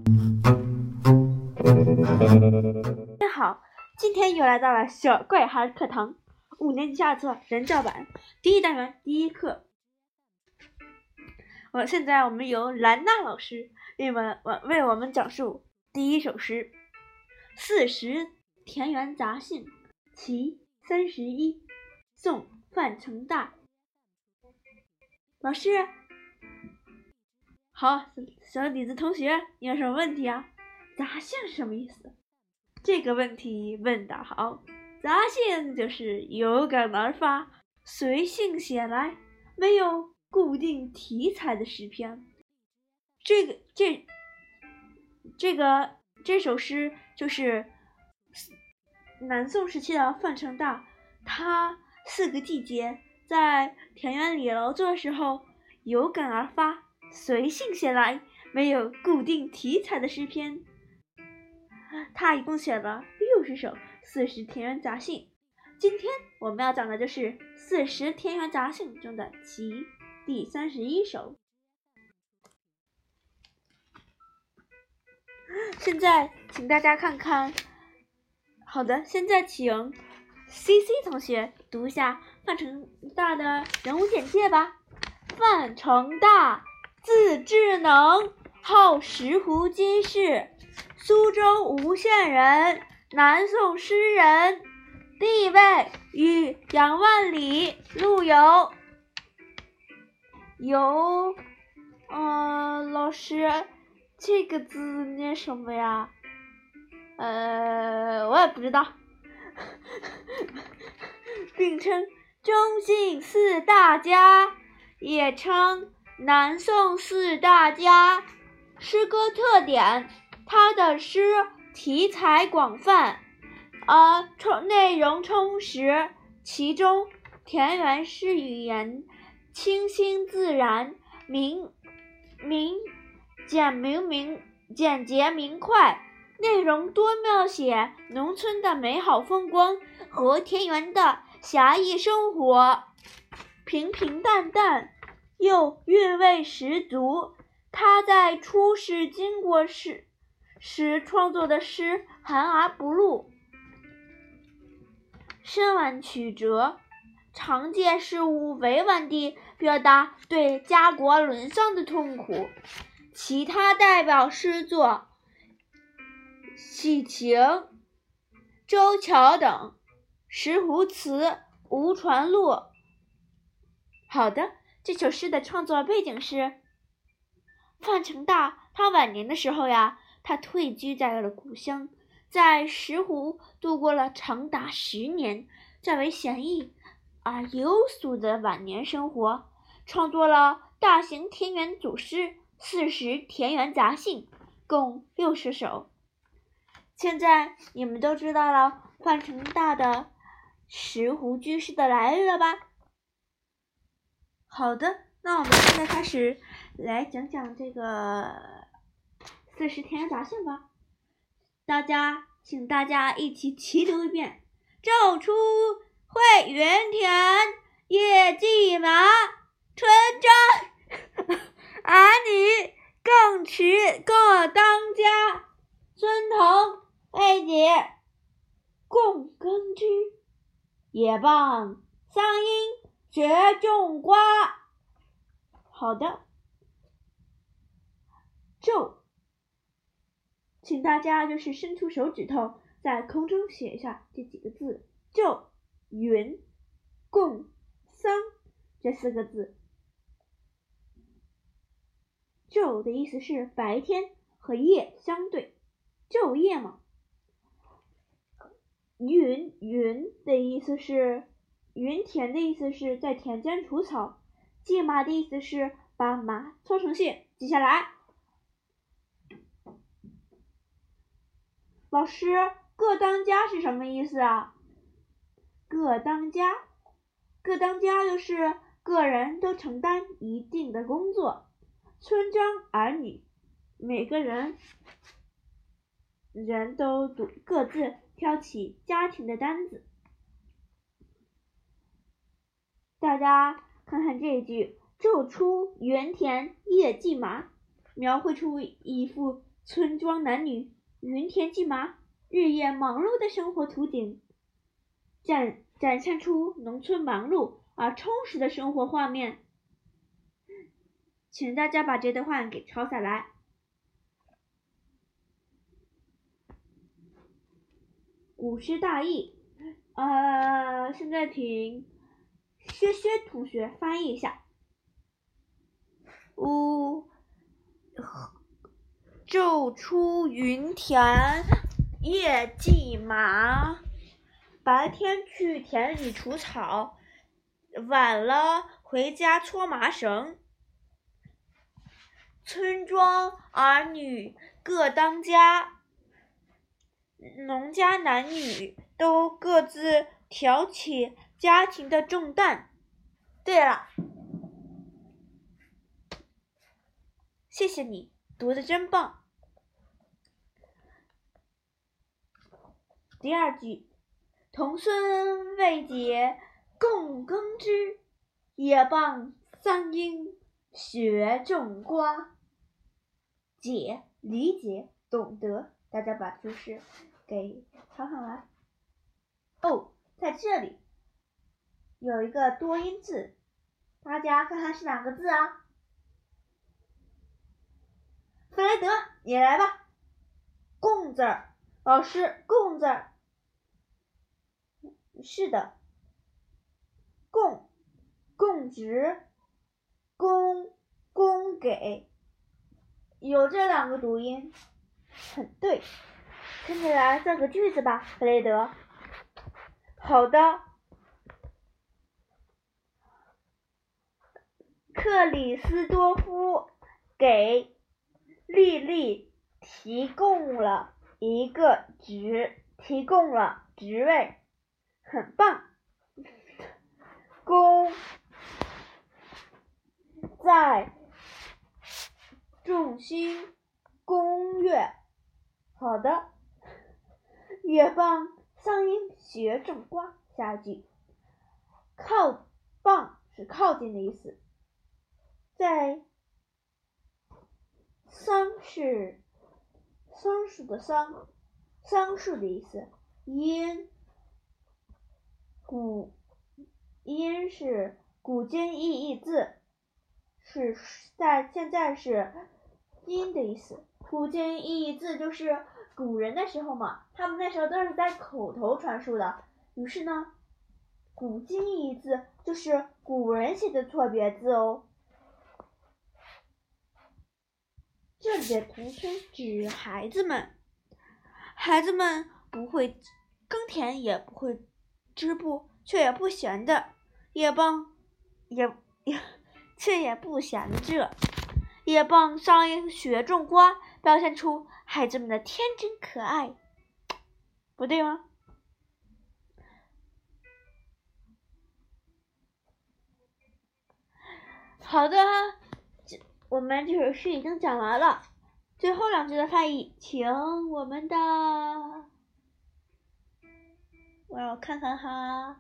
大家好，今天又来到了小怪孩课堂5年级下册人教版第1单元第1课。现在我们由兰娜老师为我们讲述第1首诗《四时田园杂兴·其31》，宋范成大。老师好，小李子同学，你有什么问题啊？杂兴是什么意思？这个问题问得好。杂兴就是有感而发，随性写来，没有固定题材的诗篇。这首诗就是南宋时期的范成大，他4个季节在田园里劳作的时候，有感而发，随性写来，没有固定题材的诗篇。他一共写了60首四时田园杂兴。今天我们要讲的就是四时田园杂兴中的其第31首。现在请大家看看，好的，现在请 CC 同学读一下范成大的人物简介吧。范成大，字智能，号石湖进士，苏州吴县人，南宋诗人，地位与杨万里、陆游。老师，这个字念什么呀？我也不知道。并称中信4大家，也称南宋4大家。诗歌特点，他的诗题材广泛，内容充实，其中田园诗语言清新自然，简洁明快，内容多描写农村的美好风光和田园的侠义生活，平平淡淡又韵味十足。他在出使经国时创作的诗含而不露，深婉曲折，常借事物委婉地表达对家国沦丧的痛苦。其他代表诗作《喜晴》《周桥》等，《石湖词》《吴传录》。好的，这首诗的创作背景是范成大他晚年的时候呀，他退居在了故乡，在石湖度过了长达10年较为闲逸而幽肃的晚年生活，创作了大型田园组诗《四时田园杂兴》，共60首。现在你们都知道了范成大的石湖居士的来历了吧？好的，那我们现在开始来讲讲这个四时田园杂兴吧。请大家一起齐读一遍：昼出会园田，夜绩麻，春沾儿女更持各当家，孙同未解共耕织，也傍桑阴学种瓜。好的，昼，请大家就是伸出手指头在空中写一下这几个字：昼、云、共、桑这4个字。昼的意思是白天和夜相对，昼夜嘛。云的意思是云田的意思是在田间除草，荠麻的意思是把麻搓成线，记下来。老师，各当家是什么意思啊？各当家就是个人都承担一定的工作。村张儿女，每个人都各自挑起家庭的担子。大家看看这一句：昼出园田，夜绩麻，描绘出一幅村庄男女云田骏马，日夜忙碌的生活图景，展现出农村忙碌而充实的生活画面。请大家把这段话给抄下来。古诗大意，现在请薛同学翻译一下。昼出耘田，夜骑马。白天去田里除草，晚了回家搓麻绳。村庄儿女各当家，农家男女都各自挑起家庭的重担。对了，谢谢你，读得真棒。第二句，童孙未解供耕织，也傍桑阴学种瓜。解，理解，懂得，大家把注释给抄上来。在这里有一个多音字，大家看看是哪个字啊？弗雷德，你来吧。供字儿，老师，供字儿。是的，供职，供给，有这两个读音，很对。跟着来造个句子吧，弗雷德。好的。克里斯多夫给莉莉提供了职位，很棒。公在众星公月，好的。也傍桑阴学种瓜，下一句。傍是靠近的意思，在桑是桑树的桑，桑树的意思。阴是古今意义字，是现在是阴的意思。古今意义字就是古人的时候嘛，他们那时候都是在口头传输的，于是呢，古今意义字就是古人写的错别字哦。这里的童孙指孩子们不会耕田，也不会织布，却也不闲着，却也不闲着，也帮桑阴学种瓜，表现出孩子们的天真可爱，不对吗？好的，我们这首诗已经讲完了，最后两句的翻译，请我要看看哈，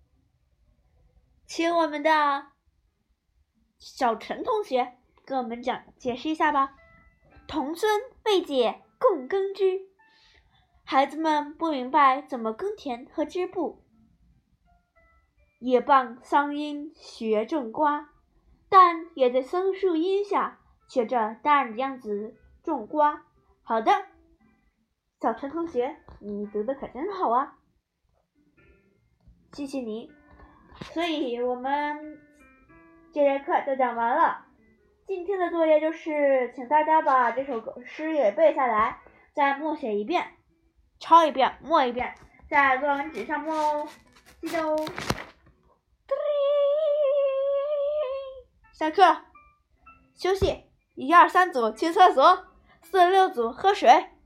请我们的小陈同学跟我们解释一下吧。童孙未解供耕织，孩子们不明白怎么耕田和织布。也傍桑阴学种瓜，但也在桑树荫下学着大人的样子种瓜。好的，小陈同学，你读的可真好啊，谢谢你。所以我们这节课就讲完了。今天的作业就是请大家把这首诗给背下来，再默写一遍，抄一遍，默一遍，在作文纸上默哦，记得哦。下课，休息，1、2、3组去厕所，4、6组喝水。